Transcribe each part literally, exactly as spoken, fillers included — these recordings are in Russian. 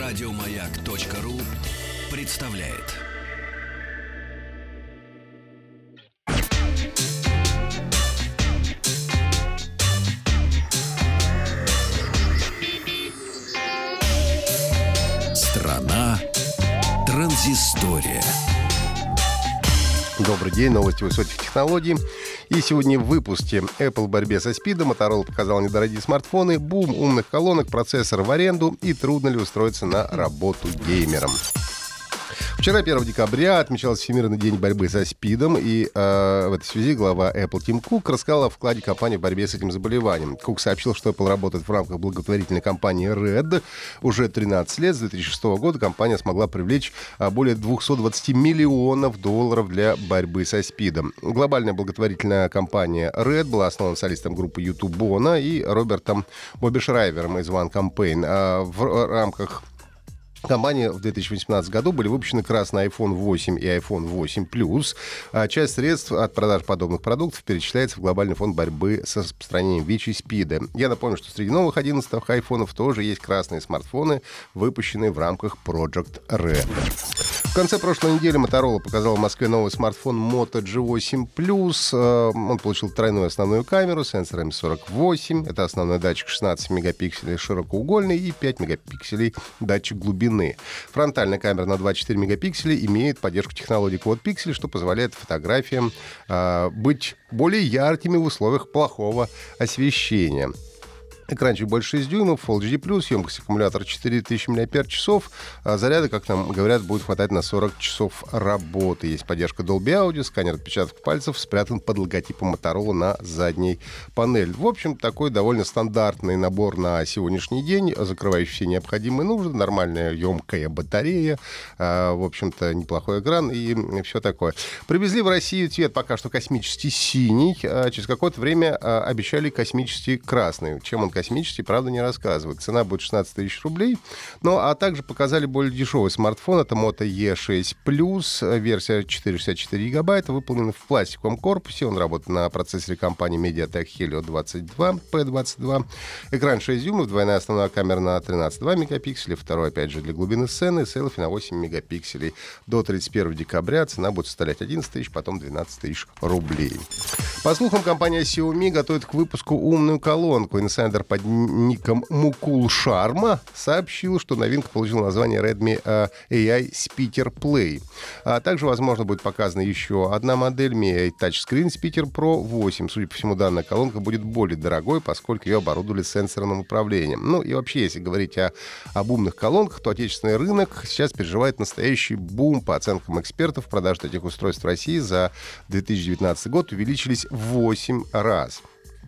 Радиомаяк.ру представляет. Страна транзистория. Добрый день, новости высоких технологий. И сегодня в выпуске: Apple в борьбе со СПИДом, Motorola показал недорогие смартфоны, бум умных колонок, процессор в аренду и трудно ли устроиться на работу геймером. Вчера, первого декабря, отмечался Всемирный день борьбы со СПИДом, и э, в этой связи глава Apple Тим Кук рассказал о вкладе компании в борьбе с этим заболеванием. Кук сообщил, что Apple работает в рамках благотворительной кампании ред. Уже тринадцать лет, с две тысячи шестого года, компания смогла привлечь э, более двести двадцать миллионов долларов для борьбы со СПИДом. Глобальная благотворительная кампания ред была основана солистом группы ю ту Бона и Робертом Бобби Шрайвером из One Campaign. Э, в рамках компании в две тысячи восемнадцатом году были выпущены красный айфон восемь и айфон восемь плюс. А часть средств от продаж подобных продуктов перечисляется в глобальный фонд борьбы с распространением ВИЧ и СПИДа. Я напомню, что среди новых одиннадцатых айфонов тоже есть красные смартфоны, выпущенные в рамках Project Red. В конце прошлой недели Motorola показала в Москве новый смартфон Moto джи восемь плюс. Он получил тройную основную камеру с сенсорами сорок восемь. Это основной датчик шестнадцать мегапикселей широкоугольный и пять мегапикселей датчик глубины. Фронтальная камера на двадцать четыре мегапикселя имеет поддержку технологии Quad Pixel, что позволяет фотографиям э, быть более яркими в условиях плохого освещения. Экранчик больше шесть дюймов, Full эйч ди плюс, емкость аккумулятора четыре тысячи мАч, а заряда, как нам говорят, будет хватать на сорок часов работы. Есть поддержка Dolby Audio, сканер отпечатков пальцев спрятан под логотипом Motorola на задней панели. В общем, такой довольно стандартный набор на сегодняшний день, закрывающий все необходимые нужды, нормальная емкая батарея, в общем-то, неплохой экран и все такое. Привезли в Россию цвет пока что космический синий, через какое-то время обещали космический красный. Чем он космический, правда, не рассказывают. Цена будет шестнадцать тысяч рублей. Ну, а также показали более дешевый смартфон. Это Moto и шесть плюс, версия четыреста шестьдесят четыре гигабайта, выполнена в пластиковом корпусе. Он работает на процессоре компании MediaTek Helio двадцать два пи двадцать два. Экран шесть дюймов, двойная основная камера на тринадцать целых два мегапикселя, второй, опять же, для глубины сцены, селфи на восемь мегапикселей. До тридцать первого декабря цена будет составлять одиннадцать тысяч, потом двенадцать тысяч рублей. По слухам, компания Xiaomi готовит к выпуску умную колонку. Инсайдер под ником Мукул Шарма сообщил, что новинка получила название Redmi эй ай Speaker Play. А также, возможно, будет показана еще одна модель эм ай Touchscreen Speaker Pro восемь. Судя по всему, данная колонка будет более дорогой, поскольку ее оборудовали сенсорным управлением. Ну и вообще, если говорить о, об умных колонках, то отечественный рынок сейчас переживает настоящий бум. По оценкам экспертов, продажи таких устройств в России за две тысячи девятнадцатый год увеличились в восемь раз.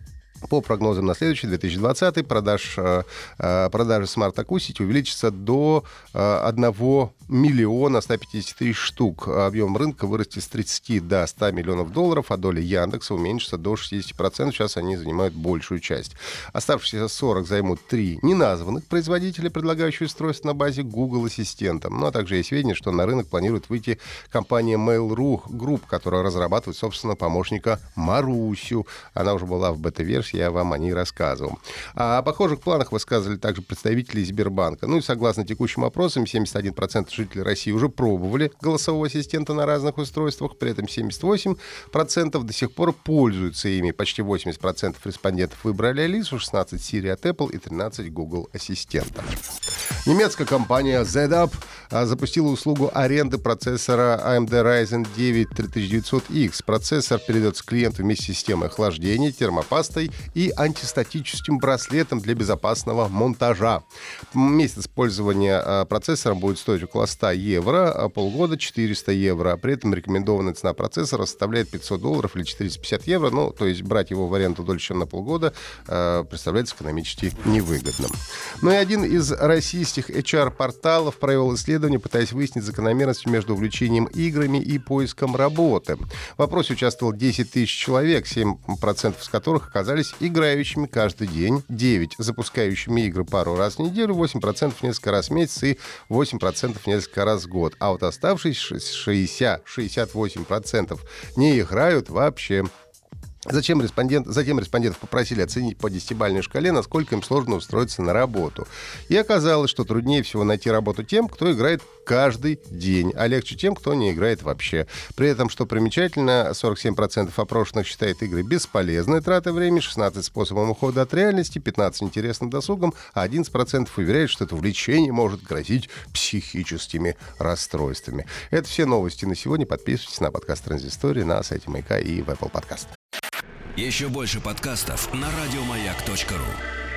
По прогнозам на следующий, две тысячи двадцатый, продаж, э, продажи Smart Acoustic увеличится до э, одного миллиона ста пятидесяти тысяч штук. Объем рынка вырастет с тридцати до ста миллионов долларов, а доля Яндекса уменьшится до шестидесяти процентов. Сейчас они занимают большую часть. Оставшиеся сорок займут три неназванных производителя, предлагающие устройства на базе Google Ассистента. Ну, а также есть сведения, что на рынок планирует выйти компания Mail.ru Group, которая разрабатывает, собственно, помощника Марусю. Она уже была в бета-версии, я вам о ней рассказывал. А о похожих планах высказывали также представители Сбербанка. Ну и согласно текущим опросам, семьдесят один процент жителей России уже пробовали голосового ассистента на разных устройствах, при этом семьдесят восемь процентов до сих пор пользуются ими. Почти восемьдесят процентов респондентов выбрали Алису, шестнадцать Siri от Apple и тринадцать Google Ассистента. Немецкая компания зет ап запустила услугу аренды процессора эй эм ди Ryzen девять три тысячи девятьсот икс. Процессор передается клиенту вместе с системой охлаждения, термопастой и антистатическим браслетом для безопасного монтажа. Месяц использования процессором будет стоить около ста евро, а полгода четыреста евро. При этом рекомендованная цена процессора составляет пятьсот долларов или четыреста пятьдесят евро. Ну, то есть брать его в аренду дольше, чем на полгода, представляется экономически невыгодным. Ну и один из российских эйч ар-порталов провел исследование, пытаясь выяснить закономерность между увлечением играми и поиском работы. В опросе участвовало десять тысяч человек, семь процентов из которых оказались играющими каждый день, девять процентов запускающими игры пару раз в неделю, восемь процентов несколько раз в месяц и восемь процентов несколько раз в год. А вот оставшиеся шестьдесят, шестьдесят восемь процентов не играют вообще. Зачем респондент, затем респондентов попросили оценить по десятибалльной шкале, насколько им сложно устроиться на работу. И оказалось, что труднее всего найти работу тем, кто играет каждый день, а легче тем, кто не играет вообще. При этом, что примечательно, сорок семь процентов опрошенных считает игры бесполезной тратой времени, шестнадцать процентов способом ухода от реальности, пятнадцать процентов интересным досугом, а одиннадцать процентов уверяет, что это увлечение может грозить психическими расстройствами. Это все новости на сегодня. Подписывайтесь на подкаст «Транзистория» на сайте Маяка и в Apple Podcast. Еще больше подкастов на радиомаяк точка ру.